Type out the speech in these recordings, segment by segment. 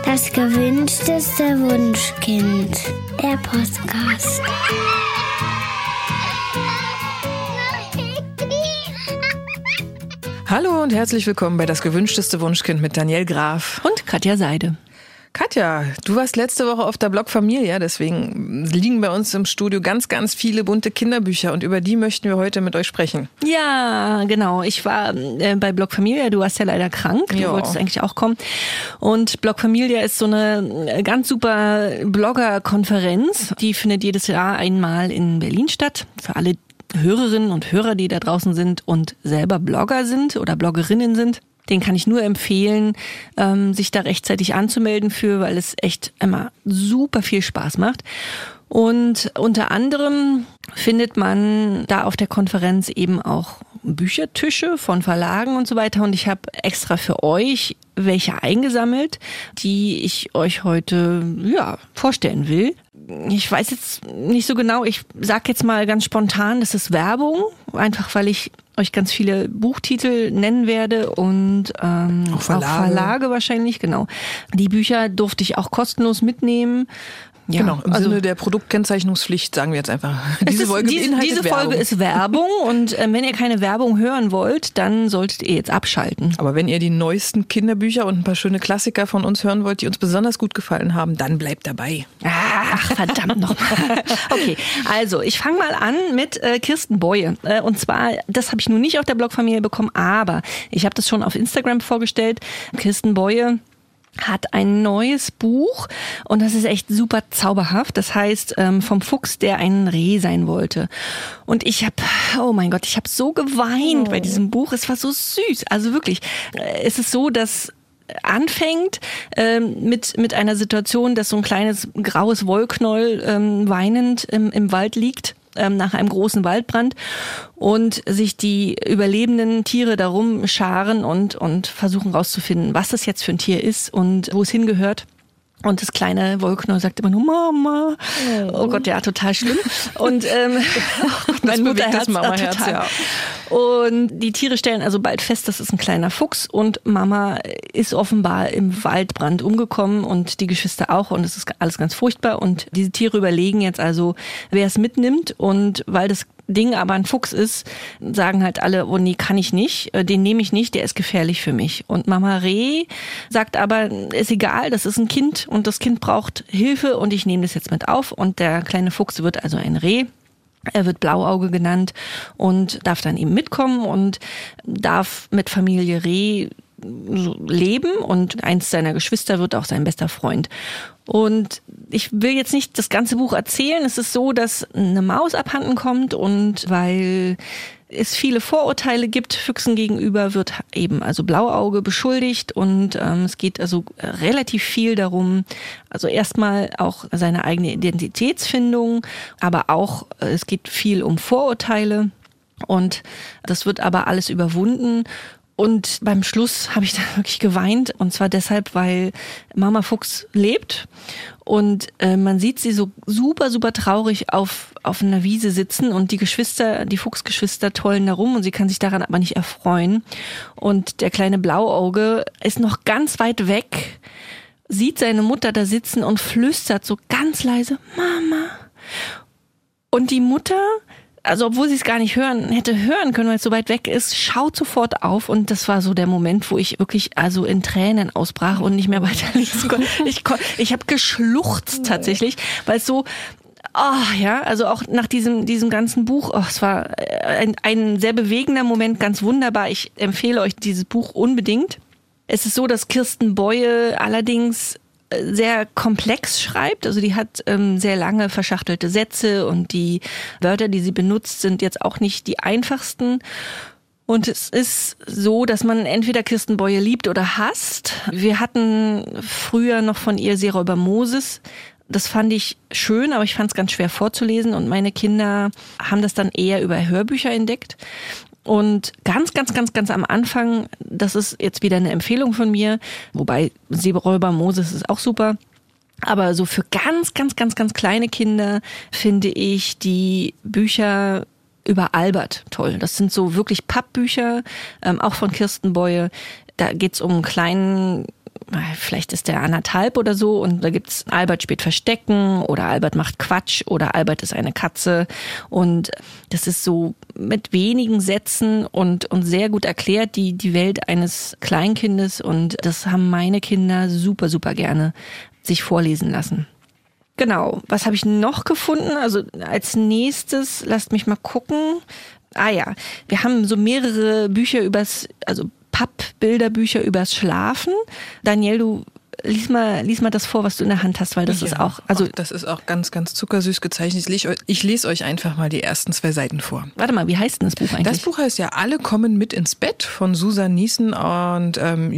Das gewünschteste Wunschkind. Der Podcast. Hallo und herzlich willkommen bei Das gewünschteste Wunschkind mit Danielle Graf und Katja Seide. Katja, du warst letzte Woche auf der Blog Familia, deswegen liegen bei uns im Studio ganz, ganz viele bunte Kinderbücher und über die möchten wir heute mit euch sprechen. Ja, genau. Ich war bei Blog Familia, du warst ja leider krank, du wolltest eigentlich auch kommen. Und Blog Familia ist so eine ganz super Blogger-Konferenz, die findet jedes Jahr einmal in Berlin statt. Für alle Hörerinnen und Hörer, die da draußen sind und selber Blogger sind oder Bloggerinnen sind. Den kann ich nur empfehlen, sich da rechtzeitig anzumelden für, weil es echt immer super viel Spaß macht. Und unter anderem findet man da auf der Konferenz eben auch Büchertische von Verlagen und so weiter. Und ich habe extra für euch welche eingesammelt, die ich euch heute vorstellen will. Ich weiß jetzt nicht so genau, ich sage jetzt mal ganz spontan, das ist Werbung, einfach weil ich euch ganz viele Buchtitel nennen werde und auch Verlage wahrscheinlich, genau. Die Bücher durfte ich auch kostenlos mitnehmen. Ja, genau, im Sinne der Produktkennzeichnungspflicht sagen wir jetzt einfach. Diese Folge ist Werbung und wenn ihr keine Werbung hören wollt, dann solltet ihr jetzt abschalten. Aber wenn ihr die neuesten Kinderbücher und ein paar schöne Klassiker von uns hören wollt, die uns besonders gut gefallen haben, dann bleibt dabei. Ach, verdammt nochmal. Okay, also ich fange mal an mit Kirsten Boye. Und zwar, das habe ich nun nicht auf der Blogfamilie bekommen, aber ich habe das schon auf Instagram vorgestellt. Kirsten Boye hat ein neues Buch und das ist echt super zauberhaft. Das heißt, vom Fuchs, der ein Reh sein wollte. Und ich habe so geweint bei diesem Buch. Es war so süß. Also wirklich, es ist so, dass anfängt mit einer Situation, dass so ein kleines graues Wollknäuel weinend im Wald liegt nach einem großen Waldbrand und sich die überlebenden Tiere darum scharen und versuchen rauszufinden, was das jetzt für ein Tier ist und wo es hingehört. Und das kleine Wollknäuel sagt immer nur Mama. Oh Gott, ja, total schlimm. Und mein Mutterherz Mama-Herz, ja. Und die Tiere stellen also bald fest, das ist ein kleiner Fuchs und Mama ist offenbar im Waldbrand umgekommen und die Geschwister auch und es ist alles ganz furchtbar und diese Tiere überlegen jetzt also, wer es mitnimmt und weil das Ding aber ein Fuchs ist, sagen halt alle, oh nee, kann ich nicht, den nehme ich nicht, der ist gefährlich für mich. Und Mama Reh sagt aber, ist egal, das ist ein Kind und das Kind braucht Hilfe und ich nehme das jetzt mit auf und der kleine Fuchs wird also ein Reh. Er wird Blauauge genannt und darf dann eben mitkommen und darf mit Familie Reh leben und eins seiner Geschwister wird auch sein bester Freund. Und ich will jetzt nicht das ganze Buch erzählen. Es ist so, dass eine Maus abhanden kommt und weil es viele Vorurteile gibt, Füchsen gegenüber wird eben also Blauauge beschuldigt und es geht also relativ viel darum, also erstmal auch seine eigene Identitätsfindung, aber auch es geht viel um Vorurteile und das wird aber alles überwunden. Und beim Schluss habe ich dann wirklich geweint und zwar deshalb, weil Mama Fuchs lebt und man sieht sie so super, super traurig auf einer Wiese sitzen und die Fuchsgeschwister tollen da rum und sie kann sich daran aber nicht erfreuen. Und der kleine Blauauge ist noch ganz weit weg, sieht seine Mutter da sitzen und flüstert so ganz leise, Mama. Und die Mutter, also obwohl sie es gar nicht hätte hören können, weil es so weit weg ist, schaut sofort auf und das war so der Moment, wo ich wirklich also in Tränen ausbrach und nicht mehr weiterlesen konnte. Ich habe geschluchzt tatsächlich, weil es so, also auch nach diesem ganzen Buch, es war ein sehr bewegender Moment, ganz wunderbar. Ich empfehle euch dieses Buch unbedingt. Es ist so, dass Kirsten Boye allerdings sehr komplex schreibt, also die hat sehr lange verschachtelte Sätze und die Wörter, die sie benutzt, sind jetzt auch nicht die einfachsten. Und es ist so, dass man entweder Kirsten Boye liebt oder hasst. Wir hatten früher noch von ihr Seeräuber Moses. Das fand ich schön, aber ich fand es ganz schwer vorzulesen und meine Kinder haben das dann eher über Hörbücher entdeckt. Und ganz, ganz, ganz, ganz am Anfang, das ist jetzt wieder eine Empfehlung von mir, wobei Seeräuber Moses ist auch super, aber so für ganz, ganz, ganz, ganz kleine Kinder finde ich die Bücher über Albert toll. Das sind so wirklich Pappbücher, auch von Kirsten Boye. Da geht's um einen kleinen vielleicht ist der 1,5 oder so und da gibt's Albert spielt Verstecken oder Albert macht Quatsch oder Albert ist eine Katze und das ist so mit wenigen Sätzen und sehr gut erklärt die Welt eines Kleinkindes und das haben meine Kinder super, super gerne sich vorlesen lassen. Genau, was habe ich noch gefunden? Also als nächstes, lasst mich mal gucken. Wir haben so mehrere Bücher Pappbilderbücher übers Schlafen. Daniel, du lies mal das vor, was du in der Hand hast, weil das ist auch... das ist auch ganz, ganz zuckersüß gezeichnet. Ich lese euch einfach mal die ersten 2 Seiten vor. Warte mal, wie heißt denn das Buch eigentlich? Das Buch heißt ja Alle kommen mit ins Bett von Susan Niesen und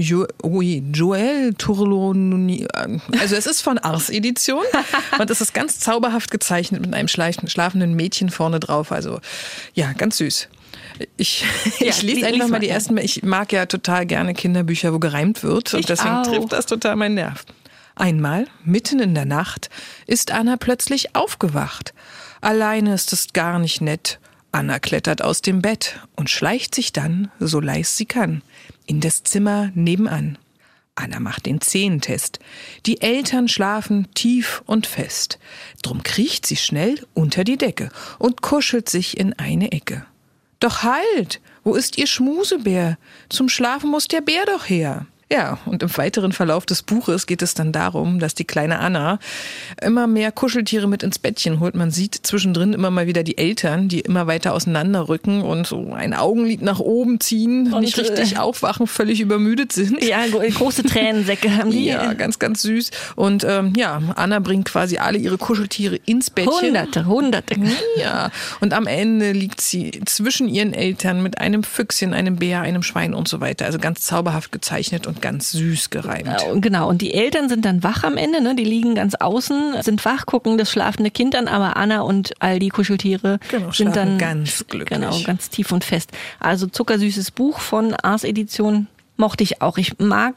Joël Tourloni. Also es ist von Ars Edition und es ist ganz zauberhaft gezeichnet mit einem schlafenden Mädchen vorne drauf. Also ja, ganz süß. Ich lese einfach mal die ersten. Ich mag ja total gerne Kinderbücher, wo gereimt wird und deswegen trifft das total meinen Nerv. Einmal, mitten in der Nacht, ist Anna plötzlich aufgewacht. Alleine ist es gar nicht nett. Anna klettert aus dem Bett und schleicht sich dann, so leis sie kann, in das Zimmer nebenan. Anna macht den Zehentest. Die Eltern schlafen tief und fest. Drum kriecht sie schnell unter die Decke und kuschelt sich in eine Ecke. Doch halt, wo ist ihr Schmusebär? Zum Schlafen muss der Bär doch her. Ja, und im weiteren Verlauf des Buches geht es dann darum, dass die kleine Anna immer mehr Kuscheltiere mit ins Bettchen holt. Man sieht zwischendrin immer mal wieder die Eltern, die immer weiter auseinanderrücken und so ein Augenlid nach oben ziehen, und nicht richtig aufwachen, völlig übermüdet sind. Ja, große Tränensäcke haben die. Ja, ganz, ganz süß. Und Anna bringt quasi alle ihre Kuscheltiere ins Bettchen. Hunderte. Ja, und am Ende liegt sie zwischen ihren Eltern mit einem Füchschen, einem Bär, einem Schwein und so weiter. Also ganz zauberhaft gezeichnet und ganz süß gereimt. Genau, und die Eltern sind dann wach am Ende, ne? Die liegen ganz außen, sind wach, gucken das schlafende Kind an, aber Anna und all die Kuscheltiere sind dann ganz glücklich. Genau, ganz tief und fest. Also zuckersüßes Buch von Ars Edition. Mochte ich auch.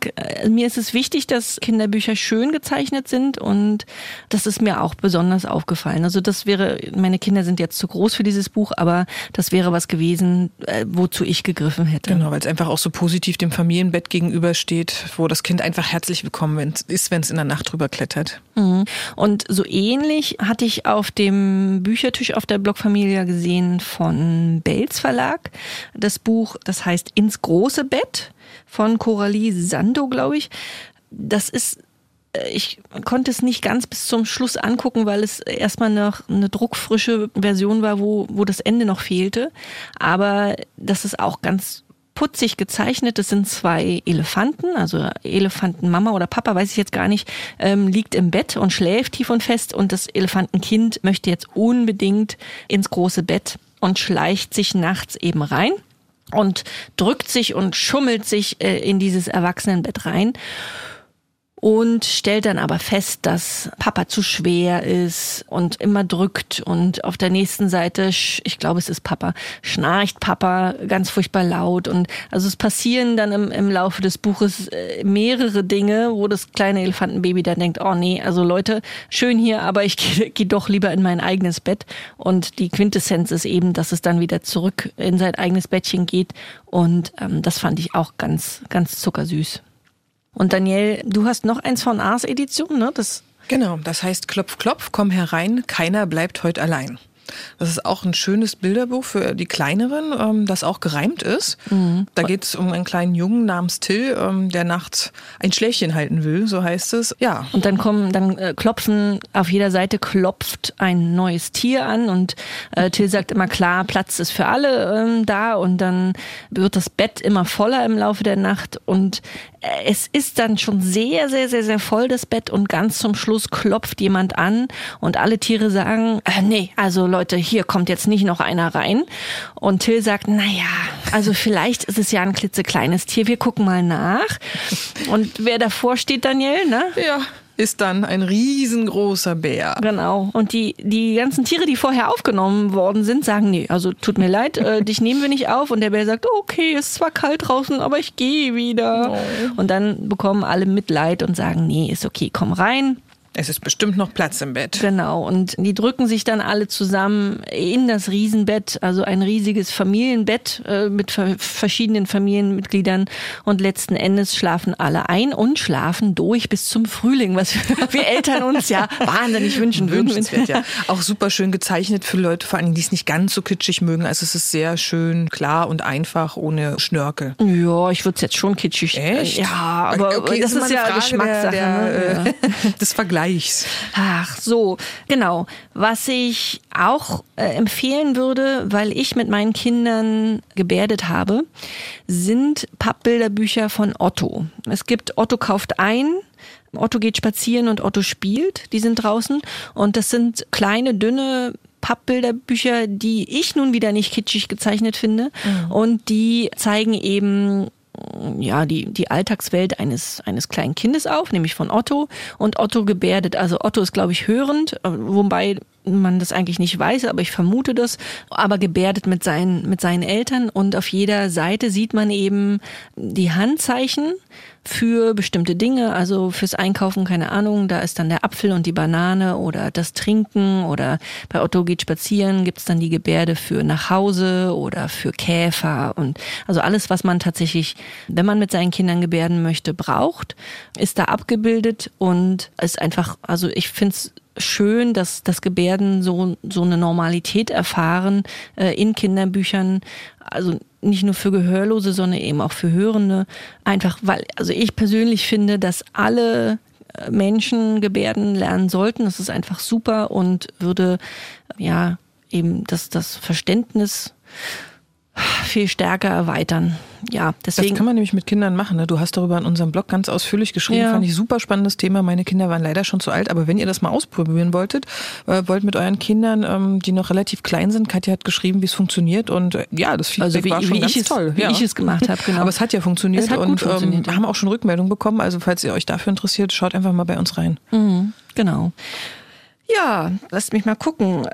Mir ist es wichtig, dass Kinderbücher schön gezeichnet sind und das ist mir auch besonders aufgefallen. Also meine Kinder sind jetzt zu groß für dieses Buch, aber das wäre was gewesen, wozu ich gegriffen hätte. Genau, weil es einfach auch so positiv dem Familienbett gegenübersteht, wo das Kind einfach herzlich willkommen ist, wenn es in der Nacht drüber klettert. Mhm. Und so ähnlich hatte ich auf dem Büchertisch auf der Blockfamilie gesehen von Belz Verlag. Das Buch, das heißt Ins große Bett. Von Coralie Sando, glaube ich. Ich konnte es nicht ganz bis zum Schluss angucken, weil es erstmal noch eine druckfrische Version war, wo das Ende noch fehlte. Aber das ist auch ganz putzig gezeichnet. Das sind 2 Elefanten, also Elefantenmama oder Papa, weiß ich jetzt gar nicht, liegt im Bett und schläft tief und fest und das Elefantenkind möchte jetzt unbedingt ins große Bett und schleicht sich nachts eben rein. Und drückt sich und schummelt sich in dieses Erwachsenenbett rein und stellt dann aber fest, dass Papa zu schwer ist und immer drückt und auf der nächsten Seite, ich glaube es ist Papa, schnarcht Papa ganz furchtbar laut und also es passieren dann im Laufe des Buches mehrere Dinge, wo das kleine Elefantenbaby dann denkt, oh nee, also Leute, schön hier, aber ich gehe doch lieber in mein eigenes Bett und die Quintessenz ist eben, dass es dann wieder zurück in sein eigenes Bettchen geht und das fand ich auch ganz, ganz zuckersüß. Und Daniel, du hast noch eins von Ars Edition, ne? Genau, das heißt Klopf, Klopf, komm herein, keiner bleibt heute allein. Das ist auch ein schönes Bilderbuch für die Kleineren, das auch gereimt ist. Mhm. Da geht es um einen kleinen Jungen namens Till, der nachts ein Schläfchen halten will, so heißt es. Ja. Und dann klopfen, auf jeder Seite klopft ein neues Tier an und Till sagt immer klar, Platz ist für alle da und dann wird das Bett immer voller im Laufe der Nacht und es ist dann schon sehr, sehr, sehr, sehr voll, das Bett und ganz zum Schluss klopft jemand an und alle Tiere sagen, nee, also Leute, hier kommt jetzt nicht noch einer rein. Und Till sagt, naja, also vielleicht ist es ja ein klitzekleines Tier, wir gucken mal nach. Und wer davor steht, Daniel, ne? Ja. Ist dann ein riesengroßer Bär. Genau. Und die ganzen Tiere, die vorher aufgenommen worden sind, sagen, nee, also tut mir leid, dich nehmen wir nicht auf. Und der Bär sagt, okay, ist zwar kalt draußen, aber ich gehe wieder. Oh. Und dann bekommen alle Mitleid und sagen, nee, ist okay, komm rein. Es ist bestimmt noch Platz im Bett. Genau, und die drücken sich dann alle zusammen in das Riesenbett, also ein riesiges Familienbett mit verschiedenen Familienmitgliedern und letzten Endes schlafen alle ein und schlafen durch bis zum Frühling, was wir Eltern uns ja wahnsinnig wünschen würden. Wünschenswert, ja. Auch super schön gezeichnet für Leute, vor allem die es nicht ganz so kitschig mögen. Also es ist sehr schön klar und einfach, ohne Schnörkel. Ja, ich würde es jetzt schon kitschig. Echt? Ja, aber okay, das ist ja Geschmackssache. Des Vergleichs. Ach so, genau. Was ich auch empfehlen würde, weil ich mit meinen Kindern gebärdet habe, sind Pappbilderbücher von Otto. Es gibt Otto kauft ein, Otto geht spazieren und Otto spielt. Die sind draußen und das sind kleine, dünne Pappbilderbücher, die ich nun wieder nicht kitschig gezeichnet finde und die zeigen eben die Alltagswelt eines kleinen Kindes auf, nämlich von Otto. Und Otto gebärdet. Also Otto ist, glaube ich, hörend, wobei man das eigentlich nicht weiß, aber ich vermute das. Aber gebärdet mit seinen Eltern. Und auf jeder Seite sieht man eben die Handzeichen für bestimmte Dinge, also fürs Einkaufen, keine Ahnung, da ist dann der Apfel und die Banane oder das Trinken oder bei Otto geht spazieren, gibt's dann die Gebärde für nach Hause oder für Käfer und also alles, was man tatsächlich, wenn man mit seinen Kindern gebärden möchte, braucht, ist da abgebildet und ist einfach, also ich find's schön, dass das Gebärden so eine Normalität erfahren in Kinderbüchern, also nicht nur für Gehörlose, sondern eben auch für Hörende. Einfach, weil, also ich persönlich finde, dass alle Menschen gebärden lernen sollten. Das ist einfach super und würde ja eben das Verständnis viel stärker erweitern. Ja, deswegen. Das kann man nämlich mit Kindern machen. Ne? Du hast darüber in unserem Blog ganz ausführlich geschrieben. Ja. Fand ich super spannendes Thema. Meine Kinder waren leider schon zu alt, aber wenn ihr das mal ausprobieren wollt mit euren Kindern, die noch relativ klein sind, Katja hat geschrieben, wie es funktioniert und ja, das Feedback war schon ganz toll. Wie ich es gemacht habe, genau. Aber es hat ja funktioniert es hat gut funktioniert. Wir haben auch schon Rückmeldungen bekommen. Also falls ihr euch dafür interessiert, schaut einfach mal bei uns rein. Genau. Ja, lasst mich mal gucken.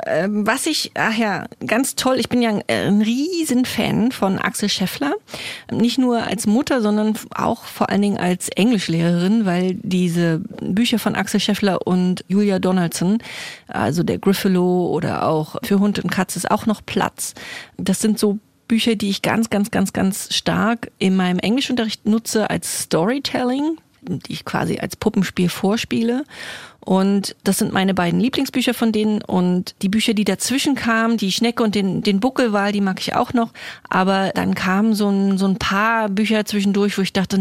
Ganz toll, ich bin ja ein Riesenfan von Axel Scheffler. Nicht nur als Mutter, sondern auch vor allen Dingen als Englischlehrerin, weil diese Bücher von Axel Scheffler und Julia Donaldson, also der Griffalo oder auch Für Hund und Katze ist auch noch Platz. Das sind so Bücher, die ich ganz, ganz, ganz, ganz stark in meinem Englischunterricht nutze als Storytelling, die ich quasi als Puppenspiel vorspiele. Und das sind meine beiden Lieblingsbücher von denen. Und die Bücher, die dazwischen kamen, die Schnecke und den Buckelwal, die mag ich auch noch. Aber dann kamen so ein paar Bücher zwischendurch, wo ich dachte,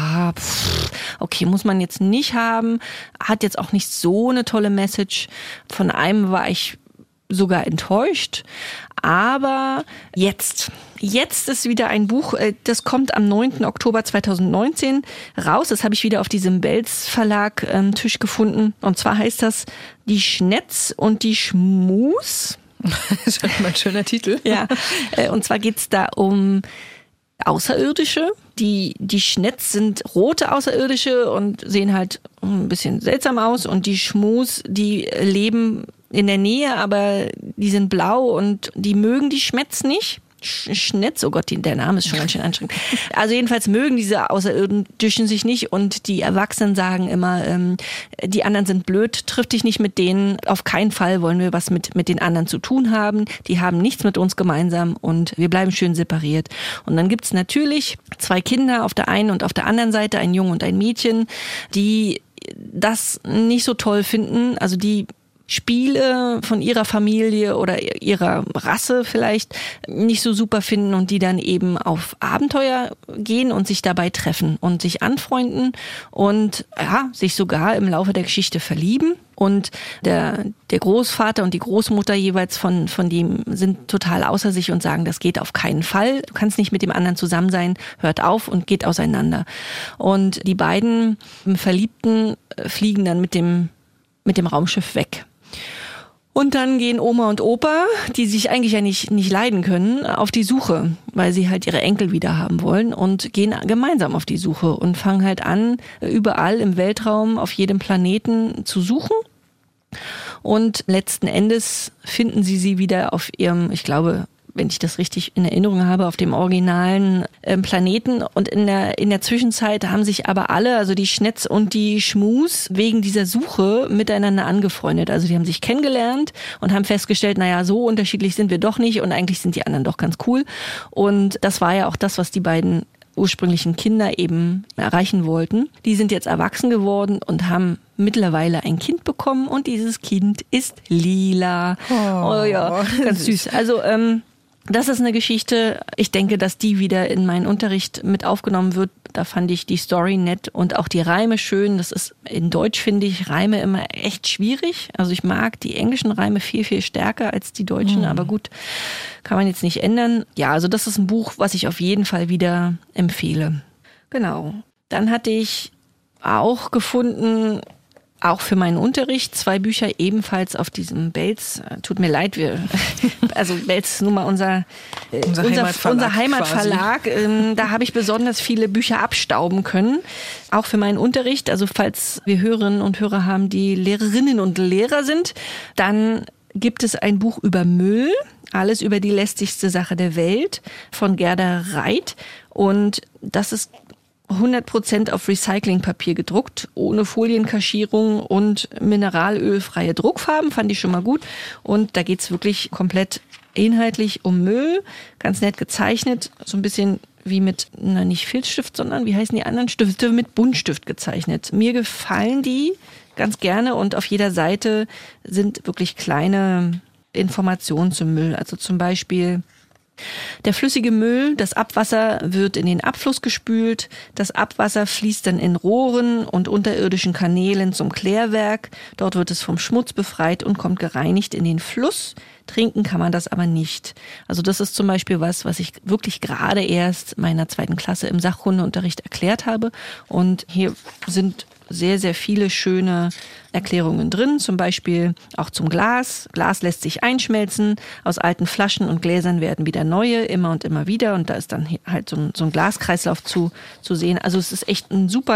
okay, muss man jetzt nicht haben. Hat jetzt auch nicht so eine tolle Message. Von einem war ich sogar enttäuscht. Aber jetzt ist wieder ein Buch, das kommt am 9. Oktober 2019 raus. Das habe ich wieder auf diesem Belz Verlag Tisch gefunden. Und zwar heißt das Die Schnetz und die Schmus. Das ist mal ein schöner Titel. Ja, und zwar geht's da um Außerirdische. Die Schnetz sind rote Außerirdische und sehen halt ein bisschen seltsam aus. Und die Schmus, die leben in der Nähe, aber die sind blau und die mögen die Schmetz nicht. Schnetz, oh Gott, der Name ist schon ganz schön anstrengend. Also jedenfalls mögen diese Außerirdischen sich nicht und die Erwachsenen sagen immer, die anderen sind blöd, triff dich nicht mit denen, auf keinen Fall wollen wir was mit den anderen zu tun haben, die haben nichts mit uns gemeinsam und wir bleiben schön separiert. Und dann gibt's natürlich zwei Kinder auf der einen und auf der anderen Seite, ein Junge und ein Mädchen, die das nicht so toll finden, also die Spiele von ihrer Familie oder ihrer Rasse vielleicht nicht so super finden und die dann eben auf Abenteuer gehen und sich dabei treffen und sich anfreunden und ja, sich sogar im Laufe der Geschichte verlieben. Und der Großvater und die Großmutter jeweils von dem sind total außer sich und sagen, das geht auf keinen Fall. Du kannst nicht mit dem anderen zusammen sein, hört auf und geht auseinander. Und die beiden Verliebten fliegen dann mit dem Raumschiff weg. Und dann gehen Oma und Opa, die sich eigentlich ja nicht leiden können, auf die Suche, weil sie halt ihre Enkel wieder haben wollen und gehen gemeinsam auf die Suche und fangen halt an, überall im Weltraum, auf jedem Planeten zu suchen. Und letzten Endes finden sie wieder auf ihrem, ich glaube, wenn ich das richtig in Erinnerung habe, auf dem originalen Planeten. Und in der Zwischenzeit haben sich aber alle, also die Schnetz und die Schmus, wegen dieser Suche miteinander angefreundet. Also die haben sich kennengelernt und haben festgestellt, naja, so unterschiedlich sind wir doch nicht und eigentlich sind die anderen doch ganz cool. Und das war ja auch das, was die beiden ursprünglichen Kinder eben erreichen wollten. Die sind jetzt erwachsen geworden und haben mittlerweile ein Kind bekommen und dieses Kind ist lila. Oh ja, ganz süß. Also das ist eine Geschichte, ich denke, dass die wieder in meinen Unterricht mit aufgenommen wird. Da fand ich die Story nett und auch die Reime schön. Das ist in Deutsch, finde ich, Reime immer echt schwierig. Also ich mag die englischen Reime viel, viel stärker als die deutschen, aber gut, kann man jetzt nicht ändern. Ja, also das ist ein Buch, was ich auf jeden Fall wieder empfehle. Genau. Dann hatte ich auch gefunden, auch für meinen Unterricht, 2 Bücher ebenfalls auf diesem Belz. Tut mir leid, also Belz ist nun mal unser Heimatverlag. Da habe ich besonders viele Bücher abstauben können, auch für meinen Unterricht. Also falls wir Hörerinnen und Hörer haben, die Lehrerinnen und Lehrer sind, dann gibt es ein Buch über Müll. Alles über die lästigste Sache der Welt von Gerda Reit. Und das ist 100% auf Recyclingpapier gedruckt, ohne Folienkaschierung und mineralölfreie Druckfarben, fand ich schon mal gut. Und da geht's wirklich komplett inhaltlich um Müll, ganz nett gezeichnet, so ein bisschen wie mit, nicht Filzstift, sondern wie heißen die anderen Stifte, mit Buntstift gezeichnet. Mir gefallen die ganz gerne und auf jeder Seite sind wirklich kleine Informationen zum Müll. Also zum Beispiel: Der flüssige Müll, das Abwasser wird in den Abfluss gespült. Das Abwasser fließt dann in Rohren und unterirdischen Kanälen zum Klärwerk. Dort wird es vom Schmutz befreit und kommt gereinigt in den Fluss. Trinken kann man das aber nicht. Also das ist zum Beispiel was ich wirklich gerade erst meiner 2. Klasse im Sachkundeunterricht erklärt habe. Und hier sind sehr, sehr viele schöne Erklärungen drin, zum Beispiel auch zum Glas. Glas lässt sich einschmelzen, aus alten Flaschen und Gläsern werden wieder neue, immer und immer wieder, und da ist dann halt so ein Glaskreislauf zu sehen. Also es ist echt ein super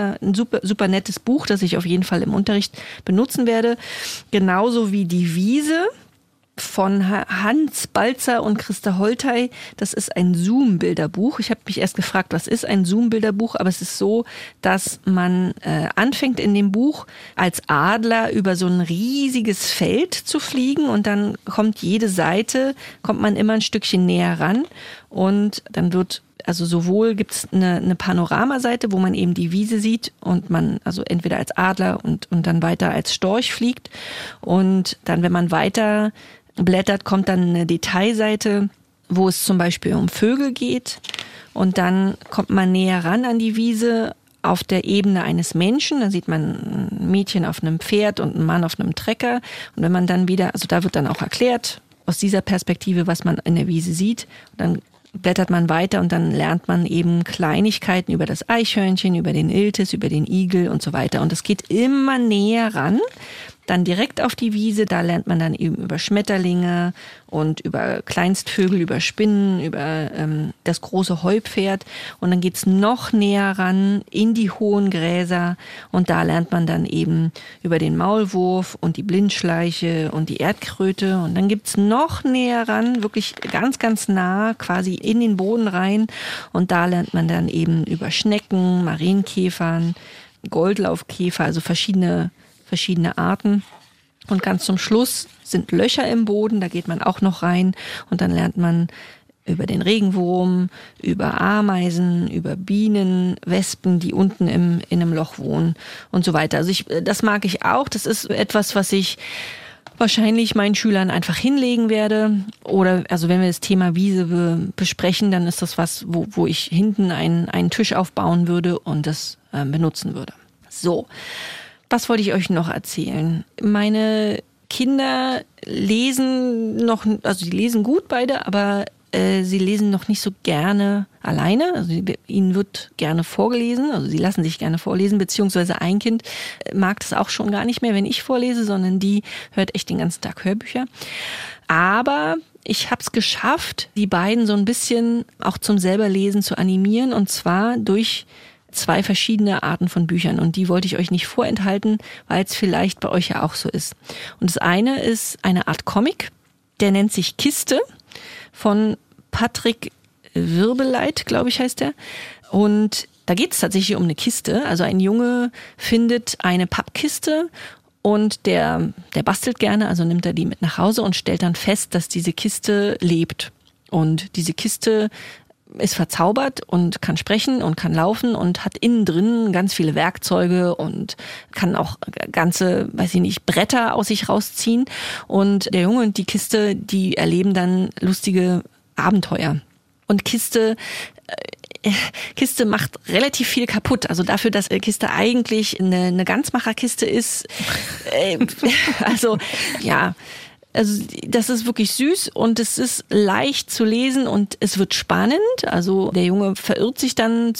nettes Buch, das ich auf jeden Fall im Unterricht benutzen werde. Genauso wie Die Wiese von Hans Balzer und Christa Holtei. Das ist ein Zoom-Bilderbuch. Ich habe mich erst gefragt, was ist ein Zoom-Bilderbuch? Aber es ist so, dass man anfängt in dem Buch als Adler über so ein riesiges Feld zu fliegen und dann kommt man immer ein Stückchen näher ran und dann wird, also sowohl gibt's eine Panoramaseite, wo man eben die Wiese sieht und man also entweder als Adler und dann weiter als Storch fliegt, und dann, wenn man weiter blättert, kommt dann eine Detailseite, wo es zum Beispiel um Vögel geht, und dann kommt man näher ran an die Wiese auf der Ebene eines Menschen. Da sieht man ein Mädchen auf einem Pferd und einen Mann auf einem Trecker, und wenn man dann wieder, also da wird dann auch erklärt aus dieser Perspektive, was man in der Wiese sieht, und dann blättert man weiter und dann lernt man eben Kleinigkeiten über das Eichhörnchen, über den Iltis, über den Igel und so weiter. Und es geht immer näher ran, dann direkt auf die Wiese. Da lernt man dann eben über Schmetterlinge und über Kleinstvögel, über Spinnen, über das große Heupferd. Und dann geht's noch näher ran in die hohen Gräser. Und da lernt man dann eben über den Maulwurf und die Blindschleiche und die Erdkröte. Und dann gibt's noch näher ran, wirklich ganz, ganz nah, quasi in den Boden rein. Und da lernt man dann eben über Schnecken, Marienkäfern, Goldlaufkäfer, also verschiedene Arten. Und ganz zum Schluss sind Löcher im Boden, da geht man auch noch rein, und dann lernt man über den Regenwurm, über Ameisen, über Bienen, Wespen, die unten in einem Loch wohnen und so weiter. Also das mag ich auch. Das ist etwas, was ich wahrscheinlich meinen Schülern einfach hinlegen werde. Oder also wenn wir das Thema Wiese besprechen, dann ist das was, wo ich hinten einen Tisch aufbauen würde und das benutzen würde. So. Was wollte ich euch noch erzählen? Meine Kinder lesen noch, also die lesen gut beide, aber sie lesen noch nicht so gerne alleine. Also ihnen wird gerne vorgelesen, also sie lassen sich gerne vorlesen, beziehungsweise ein Kind mag das auch schon gar nicht mehr, wenn ich vorlese, sondern die hört echt den ganzen Tag Hörbücher. Aber ich habe es geschafft, die beiden so ein bisschen auch zum Selberlesen zu animieren, und zwar durch 2 verschiedene Arten von Büchern, und die wollte ich euch nicht vorenthalten, weil es vielleicht bei euch ja auch so ist. Und das eine ist eine Art Comic, der nennt sich Kiste, von Patrick Wirbeleit, glaube ich, heißt er. Und da geht es tatsächlich um eine Kiste. Also ein Junge findet eine Pappkiste und der bastelt gerne, also nimmt er die mit nach Hause und stellt dann fest, dass diese Kiste lebt. Und diese Kiste ist verzaubert und kann sprechen und kann laufen und hat innen drin ganz viele Werkzeuge und kann auch ganze, weiß ich nicht, Bretter aus sich rausziehen. Und der Junge und die Kiste, die erleben dann lustige Abenteuer. Und Kiste macht relativ viel kaputt. Also dafür, dass Kiste eigentlich eine Ganzmacherkiste ist. Also das ist wirklich süß und es ist leicht zu lesen und es wird spannend. Also der Junge verirrt sich dann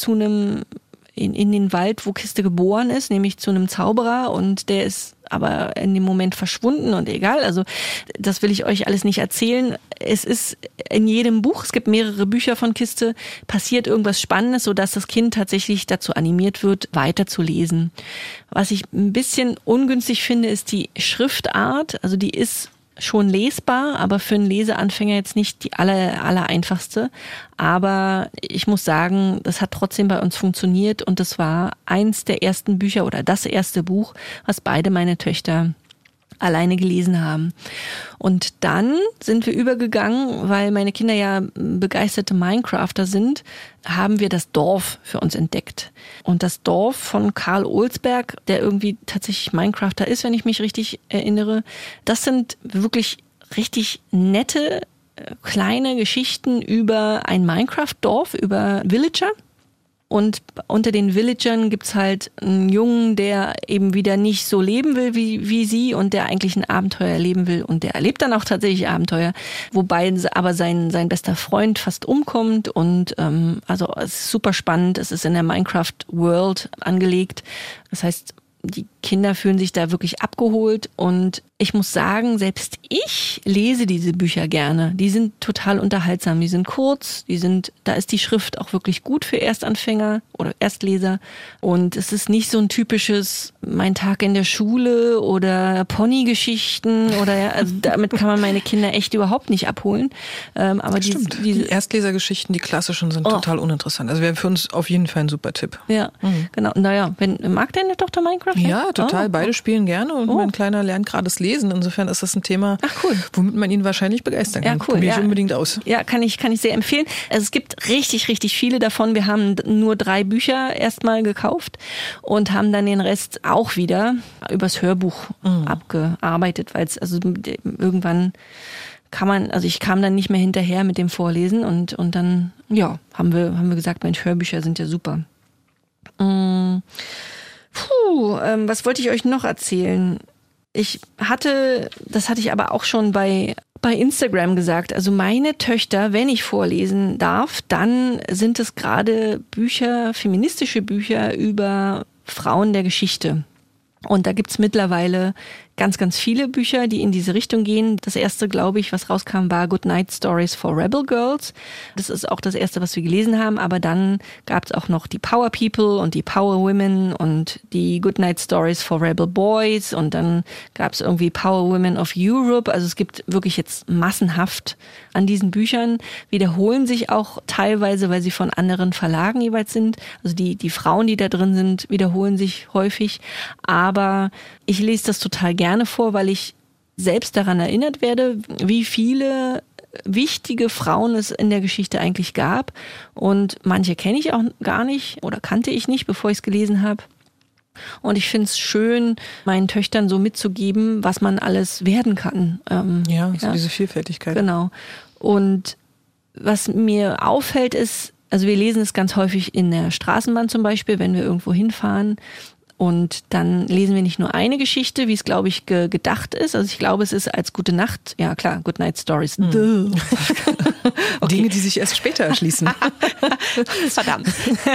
in den Wald, wo Kiste geboren ist, nämlich zu einem Zauberer und der ist aber in dem Moment verschwunden und egal. Also das will ich euch alles nicht erzählen. Es ist in jedem Buch, es gibt mehrere Bücher von Kiste, passiert irgendwas Spannendes, sodass das Kind tatsächlich dazu animiert wird, weiterzulesen. Was ich ein bisschen ungünstig finde, ist die Schriftart. Also die ist schon lesbar, aber für einen Leseanfänger jetzt nicht die aller einfachste. Aber ich muss sagen, das hat trotzdem bei uns funktioniert und das war eins der ersten Bücher oder das erste Buch, was beide meine Töchter alleine gelesen haben. Und dann sind wir übergegangen, weil meine Kinder ja begeisterte Minecrafter sind, haben wir das Dorf für uns entdeckt. Und das Dorf von Karl Olsberg, der irgendwie tatsächlich Minecrafter ist, wenn ich mich richtig erinnere, das sind wirklich richtig nette, kleine Geschichten über ein Minecraft-Dorf, über Villager. Und unter den Villagern gibt's halt einen Jungen, der eben wieder nicht so leben will wie sie und der eigentlich ein Abenteuer erleben will. Und der erlebt dann auch tatsächlich Abenteuer, wobei aber sein bester Freund fast umkommt. Und also es ist super spannend. Es ist in der Minecraft-World angelegt. Das heißt, die Kinder fühlen sich da wirklich abgeholt und ich muss sagen, selbst ich lese diese Bücher gerne. Die sind total unterhaltsam, die sind kurz, da ist die Schrift auch wirklich gut für Erstanfänger oder Erstleser und es ist nicht so ein typisches Mein Tag in der Schule oder Pony-Geschichten oder also damit kann man meine Kinder echt überhaupt nicht abholen. Aber die Erstlesergeschichten, die klassischen, sind total uninteressant. Also wäre für uns auf jeden Fall ein super Tipp. Ja, genau. Naja, mag deine Tochter Minecraft? Ja, total. Beide spielen gerne und mein Kleiner lernt gerade das Lesen. Insofern ist das ein Thema, womit man ihn wahrscheinlich begeistern kann. Ja, cool. Probiere ich unbedingt aus. Ja, kann ich sehr empfehlen. Also es gibt richtig, richtig viele davon. Wir haben nur 3 Bücher erstmal gekauft und haben dann den Rest auch wieder übers Hörbuch abgearbeitet, weil es also irgendwann ich kam dann nicht mehr hinterher mit dem Vorlesen und dann, haben wir gesagt, Mensch, Hörbücher sind ja super. Was wollte ich euch noch erzählen? Das hatte ich aber auch schon bei Instagram gesagt, also meine Töchter, wenn ich vorlesen darf, dann sind es gerade feministische Bücher über Frauen der Geschichte. Und da gibt's mittlerweile ganz, ganz viele Bücher, die in diese Richtung gehen. Das erste, glaube ich, was rauskam, war Good Night Stories for Rebel Girls. Das ist auch das erste, was wir gelesen haben. Aber dann gab es auch noch die Power People und die Power Women und die Good Night Stories for Rebel Boys. Und dann gab es irgendwie Power Women of Europe. Also es gibt wirklich jetzt massenhaft an diesen Büchern. Wiederholen sich auch teilweise, weil sie von anderen Verlagen jeweils sind. Also die Frauen, die da drin sind, wiederholen sich häufig. Aber ich lese das total gerne vor, weil ich selbst daran erinnert werde, wie viele wichtige Frauen es in der Geschichte eigentlich gab. Und manche kenne ich auch gar nicht oder kannte ich nicht, bevor ich es gelesen habe. Und ich finde es schön, meinen Töchtern so mitzugeben, was man alles werden kann. Diese Vielfältigkeit. Genau. Und was mir auffällt ist, also wir lesen es ganz häufig in der Straßenbahn zum Beispiel, wenn wir irgendwo hinfahren. Und dann lesen wir nicht nur eine Geschichte, wie es, glaube ich, gedacht ist. Also ich glaube, es ist als Gute Nacht, ja klar, Good Night Stories. Okay. Dinge, die sich erst später erschließen. Verdammt.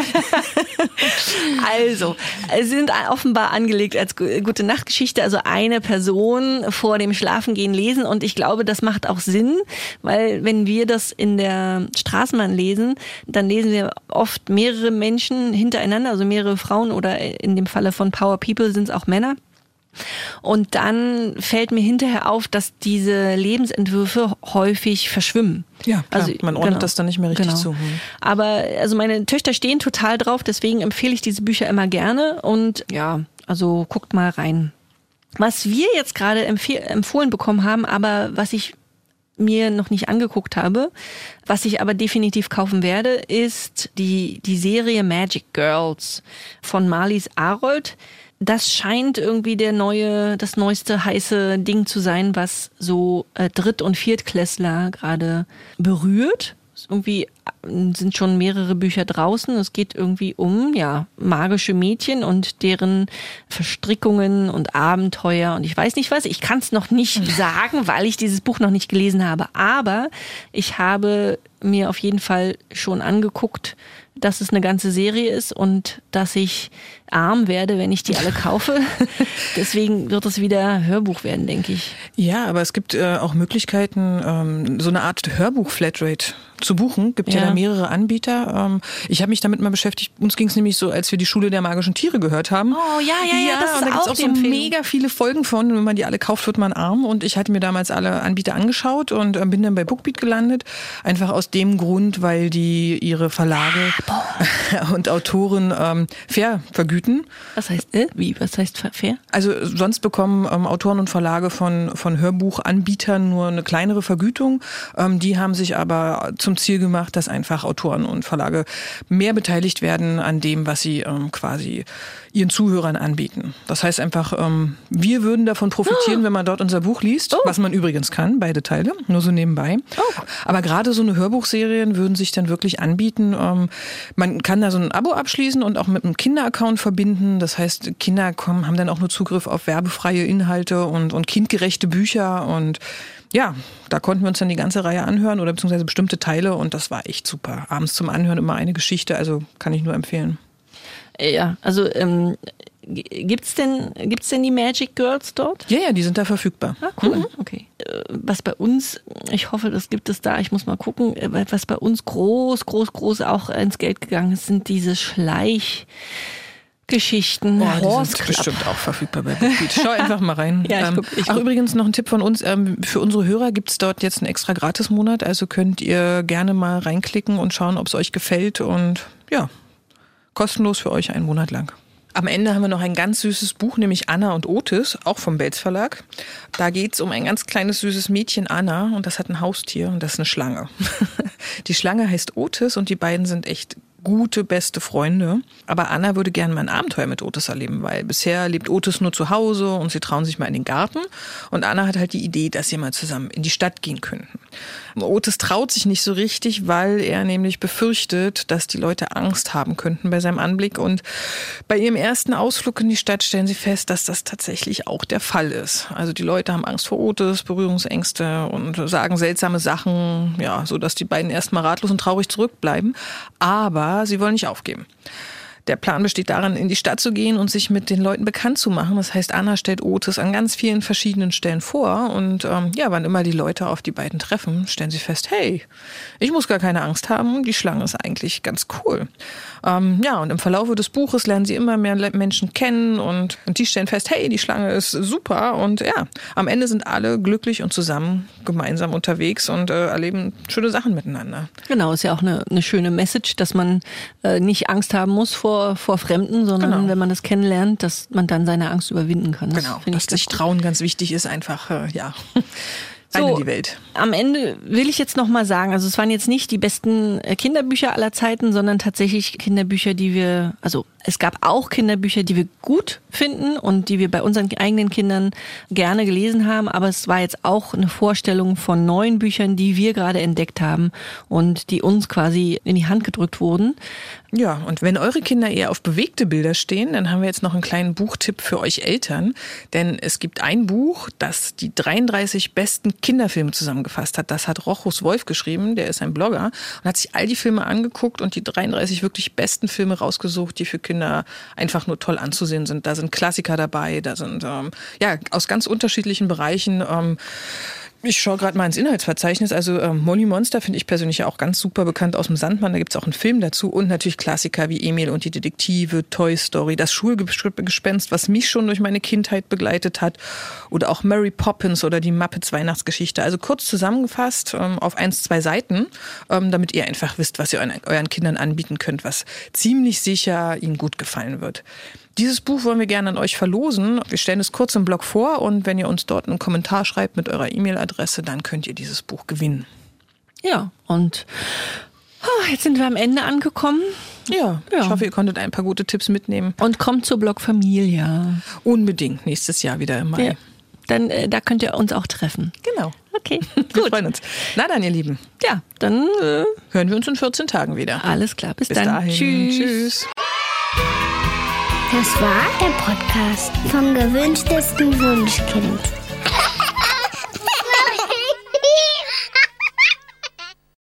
Also, es sind offenbar angelegt als Gute Nacht-Geschichte, also eine Person vor dem Schlafengehen lesen. Und ich glaube, das macht auch Sinn, weil wenn wir das in der Straßenbahn lesen, dann lesen wir oft mehrere Menschen hintereinander, also mehrere Frauen oder in dem Falle von Power People sind es auch Männer. Und dann fällt mir hinterher auf, dass diese Lebensentwürfe häufig verschwimmen. Ja, klar. Also man ordnet das dann nicht mehr richtig zu. Aber also meine Töchter stehen total drauf, deswegen empfehle ich diese Bücher immer gerne. Und ja, also guckt mal rein. Was wir jetzt gerade empfohlen bekommen haben, aber was ich mir noch nicht angeguckt habe, was ich aber definitiv kaufen werde, ist die Serie Magic Girls von Marlies Aroldt. Das scheint irgendwie das neueste heiße Ding zu sein, was so Dritt- und Viertklässler gerade berührt. Irgendwie sind schon mehrere Bücher draußen. Es geht irgendwie um magische Mädchen und deren Verstrickungen und Abenteuer und ich weiß nicht was. Ich kann es noch nicht sagen, weil ich dieses Buch noch nicht gelesen habe. Aber ich habe mir auf jeden Fall schon angeguckt, dass es eine ganze Serie ist und dass ich arm werde, wenn ich die alle kaufe. Deswegen wird es wieder Hörbuch werden, denke ich. Ja, aber es gibt auch Möglichkeiten, so eine Art Hörbuch-Flatrate zu buchen. Gibt ja da mehrere Anbieter. Ich habe mich damit mal beschäftigt. Uns ging es nämlich so, als wir die Schule der magischen Tiere gehört haben. Oh, ja, das ist und da gibt's auch so Empfehlung. Mega viele Folgen von. Wenn man die alle kauft, wird man arm. Und ich hatte mir damals alle Anbieter angeschaut und bin dann bei Bookbeat gelandet. Einfach aus dem Grund, weil die ihre Verlage und Autoren fair vergüten. Was heißt, wie? Was heißt fair? Also sonst bekommen Autoren und Verlage von Hörbuchanbietern nur eine kleinere Vergütung. Die haben sich aber zum Ziel gemacht, dass einfach Autoren und Verlage mehr beteiligt werden an dem, was sie quasi ihren Zuhörern anbieten. Das heißt einfach, wir würden davon profitieren, wenn man dort unser Buch liest, was man übrigens kann, beide Teile, nur so nebenbei. Aber gerade so eine Hörbuchserien würden sich dann wirklich anbieten. Man kann da so ein Abo abschließen und auch mit einem Kinderaccount verbinden. Das heißt, Kinder haben dann auch nur Zugriff auf werbefreie Inhalte und kindgerechte Bücher. Und ja, da konnten wir uns dann die ganze Reihe anhören oder beziehungsweise bestimmte Teile. Und das war echt super. Abends zum Anhören immer eine Geschichte. Also kann ich nur empfehlen. Ja, also gibt's denn die Magic Girls dort? Ja, die sind da verfügbar. Ah, cool. Okay. Was bei uns, ich hoffe, das gibt es da, ich muss mal gucken, was bei uns groß auch ins Geld gegangen ist, sind diese Schleichgeschichten. Die sind bestimmt auch verfügbar bei Bookbeat. Schau einfach mal rein. Ja, ich guck. Übrigens noch ein Tipp von uns. Für unsere Hörer gibt es dort jetzt einen extra Gratis-Monat. Also könnt ihr gerne mal reinklicken und schauen, ob es euch gefällt. Und ja, kostenlos für euch einen Monat lang. Am Ende haben wir noch ein ganz süßes Buch, nämlich Anna und Otis, auch vom Belz Verlag. Da geht's um ein ganz kleines, süßes Mädchen, Anna, und das hat ein Haustier und das ist eine Schlange. Die Schlange heißt Otis und die beiden sind echt gute, beste Freunde. Aber Anna würde gerne mal ein Abenteuer mit Otis erleben, weil bisher lebt Otis nur zu Hause und sie trauen sich mal in den Garten. Und Anna hat halt die Idee, dass sie mal zusammen in die Stadt gehen könnten. Otis traut sich nicht so richtig, weil er nämlich befürchtet, dass die Leute Angst haben könnten bei seinem Anblick. Und bei ihrem ersten Ausflug in die Stadt stellen sie fest, dass das tatsächlich auch der Fall ist. Also die Leute haben Angst vor Otis, Berührungsängste und sagen seltsame Sachen, ja, so dass die beiden erstmal ratlos und traurig zurückbleiben. Aber sie wollen nicht aufgeben. Der Plan besteht darin, in die Stadt zu gehen und sich mit den Leuten bekannt zu machen. Das heißt, Anna stellt Otis an ganz vielen verschiedenen Stellen vor. Und wann immer die Leute auf die beiden treffen, stellen sie fest, hey, ich muss gar keine Angst haben. Die Schlange ist eigentlich ganz cool. Und im Verlauf des Buches lernen sie immer mehr Menschen kennen. Und die stellen fest, hey, die Schlange ist super. Und ja, am Ende sind alle glücklich und zusammen gemeinsam unterwegs und erleben schöne Sachen miteinander. Genau, ist ja auch eine schöne Message, dass man nicht Angst haben muss vor Fremden, sondern wenn man das kennenlernt, dass man dann seine Angst überwinden kann. Das dass sich trauen ganz wichtig ist, einfach, rein in die Welt. Am Ende will ich jetzt noch mal sagen, also es waren jetzt nicht die besten Kinderbücher aller Zeiten, sondern tatsächlich Kinderbücher, es gab auch Kinderbücher, die wir gut finden und die wir bei unseren eigenen Kindern gerne gelesen haben, aber es war jetzt auch eine Vorstellung von neuen Büchern, die wir gerade entdeckt haben und die uns quasi in die Hand gedrückt wurden. Ja, und wenn eure Kinder eher auf bewegte Bilder stehen, dann haben wir jetzt noch einen kleinen Buchtipp für euch Eltern, denn es gibt ein Buch, das die 33 besten Kinderfilme zusammengefasst hat. Das hat Rochus Wolf geschrieben, der ist ein Blogger und hat sich all die Filme angeguckt und die 33 wirklich besten Filme rausgesucht, die für Kinder einfach nur toll anzusehen sind. Da sind Klassiker dabei, da sind aus ganz unterschiedlichen Bereichen Ich schaue gerade mal ins Inhaltsverzeichnis. Also Molly Monster finde ich persönlich ja auch ganz super bekannt aus dem Sandmann. Da gibt es auch einen Film dazu. Und natürlich Klassiker wie Emil und die Detektive, Toy Story, das Schulgespenst, was mich schon durch meine Kindheit begleitet hat. Oder auch Mary Poppins oder die Muppets Weihnachtsgeschichte. Also kurz zusammengefasst auf 1-2 Seiten, damit ihr einfach wisst, was ihr euren Kindern anbieten könnt, was ziemlich sicher ihnen gut gefallen wird. Dieses Buch wollen wir gerne an euch verlosen. Wir stellen es kurz im Blog vor und wenn ihr uns dort einen Kommentar schreibt mit eurer E-Mail-Adresse, dann könnt ihr dieses Buch gewinnen. Ja, und jetzt sind wir am Ende angekommen. Ja, ich hoffe, ihr konntet ein paar gute Tipps mitnehmen. Und kommt zur Blog Familia. Unbedingt, nächstes Jahr wieder im Mai. Ja. Dann da könnt ihr uns auch treffen. Genau. Okay, Wir gut. freuen uns. Na dann, ihr Lieben. Ja, dann Hören wir uns in 14 Tagen wieder. alles klar. Bis Bis dann. dahin. Tschüss. Das war der Podcast vom gewünschtesten Wunschkind.